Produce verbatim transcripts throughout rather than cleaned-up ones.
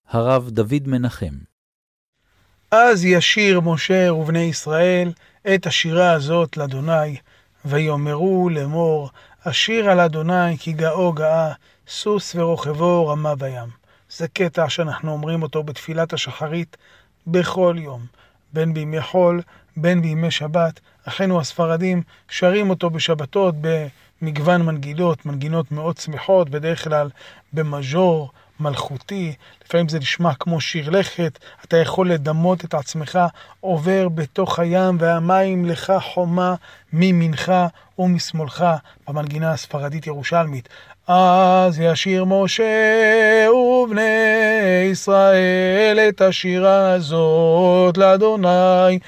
הרב דוד מנחם. אז ישיר משה ובני ישראל את השירה הזאת לאדוני, ויאמרו לאמור, השיר על אדוני כי גאו גאה, סוס ורוכבו רמה בים. זה קטע שאנחנו אומרים אותו בתפילת השחרית בכל יום, בין בימי חול, בין בימי שבת. אחינו הספרדים שרים אותו בשבתות במגוון מנגינות, מנגינות מאוד שמחות, בדרך כלל במז'ור מלכותי. לפעמים זה נשמע כמו שיר לכת, אתה יכול לדמות את עצמך עובר בתוך הים והמים לך חומה מימינך ומשמאלך, במנגינה הספרדית ירושלמית. אז ישיר משה ובני ישראל את השירה הזאת לאדוני,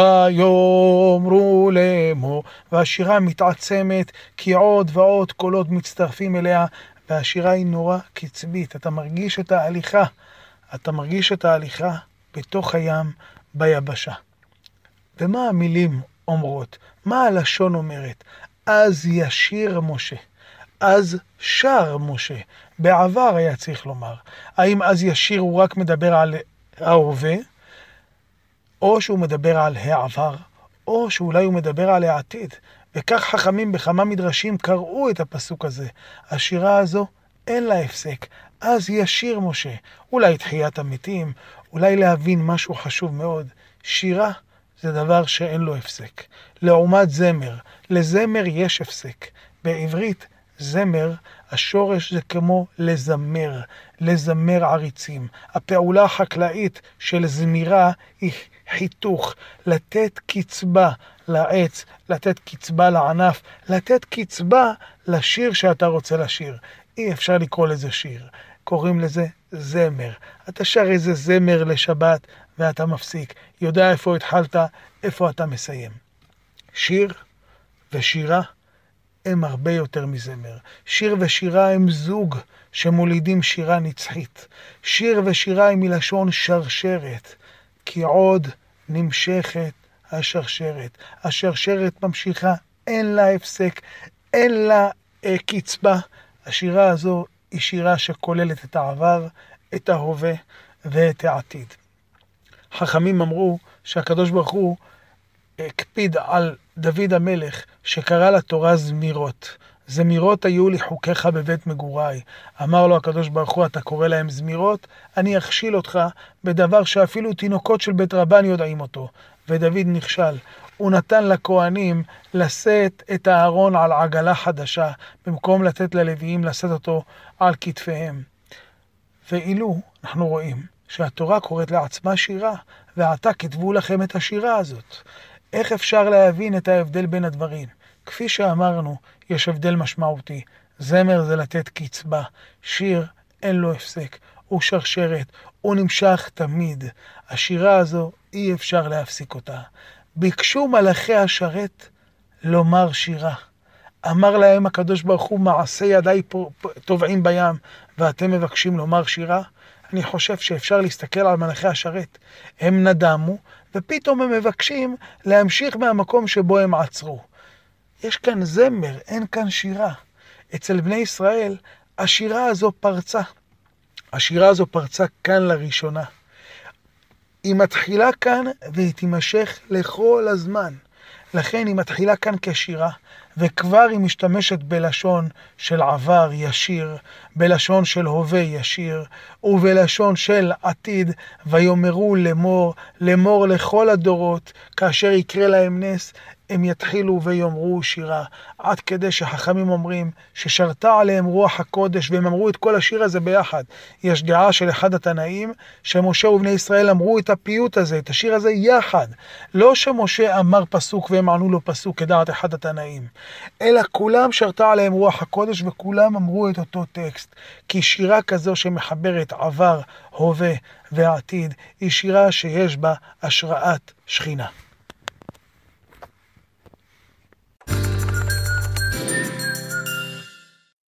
ויאמרו לאמור. והשירה מתעצמת כי עוד ועוד קולות מצטרפים אליה, והשירה היא נורא קצבית. אתה מרגיש את ההליכה, אתה מרגיש את ההליכה בתוך הים ביבשה. ומה המילים אומרות? מה הלשון אומרת? אז ישיר משה. אז שר משה. בעבר היה צריך לומר. האם אז ישיר הוא רק מדבר על ההווה, או שהוא מדבר על העבר, או שאולי הוא מדבר על העתיד. וכך חכמים בכמה מדרשים קראו את הפסוק הזה. השירה הזו אין לה הפסק. אז ישיר משה. אולי תחיית המתים, אולי להבין משהו חשוב מאוד. שירה זה דבר שאין לו הפסק. לעומת זמר. לזמר יש הפסק. בעברית זמר, השורש זה כמו לזמר, לזמר עריצים. הפעולה החקלאית של זמירה היא חיתוך, לתת קצבה לעץ, לתת קצבה לענף, לתת קצבה לשיר שאתה רוצה לשיר. אי אפשר לקרוא לזה שיר, קוראים לזה זמר. אתה שר איזה זמר לשבת ואתה מפסיק, יודע איפה התחלת, איפה אתה מסיים. שיר ושירה הם הרבה יותר מזמר. שיר ושירה הם זוג שמולידים שירה נצחית. שיר ושירה הם מלשון שרשרת, כי עוד נמשכת השרשרת. השרשרת ממשיכה, אין לה הפסק, אין לה אה, קצבה. השירה הזו היא שירה שכוללת את העבר, את ההווה ואת העתיד. חכמים אמרו שהקדוש ברוך הוא הקפיד על דוד המלך שקרא לתורה זמירות. זמירות היו לי חוקיך בבית מגוריי. אמר לו הקדוש ברוך הוא, אתה קורא להם זמירות? אני אכשיל אותך בדבר שאפילו תינוקות של בית רבן יודעים אותו. ודוד נכשל. הוא נתן לכהנים לשאת את הארון על עגלה חדשה, במקום לתת ללוויים לשאת אותו על כתפיהם. ואילו אנחנו רואים שהתורה קוראת לעצמה שירה, ועתה כתבו לכם את השירה הזאת. איך אפשר להבין את ההבדל בין הדברים? כפי שאמרנו, יש הבדל משמעותי. זמר זה לתת קצבה, שיר אין לו הפסק, הוא שרשרת, הוא נמשך תמיד. השירה הזו אי אפשר להפסיק אותה. ביקשו מלאכי השרת לומר שירה. אמר להם הקדוש ברוך הוא, מעשה ידיי טובעים בים, ואתם מבקשים לומר שירה? אני חושב שאפשר להסתכל על מלאכי השרת. הם נדמו, ופתאום הם מבקשים להמשיך מהמקום שבו הם עצרו. יש כאן זמר, אין כאן שירה. אצל בני ישראל, השירה הזו פרצה. השירה הזו פרצה כאן לראשונה. היא מתחילה כאן והיא תימשך לכל הזמן. לכן היא מתחילה כאן כשירה, וכבר היא משתמשת בלשון של עבר ישיר, בלשון של הווה ישיר, ובלשון של עתיד, ויאמרו לאמור, לאמור לכל הדורות, כאשר יקרה להם נס, הם יתחילו ויאמרו שירה. עד כדי שחכמים אומרים ששרתה עליהם רוח הקודש, והם אמרו את כל השיר הזה ביחד. יש דעה של אחד התנאים שמשה ובני ישראל אמרו את הפיוט הזה, את השיר הזה יחד. לא שמשה אמר פסוק והם ענו לו פסוק כדעת אחד התנאים, אלא כולם שרתה עליהם רוח הקודש וכולם אמרו את אותו טקסט. כי שירה כזו שמחברת עבר, הווה ועתיד היא שירה שיש בה השראת שכינה.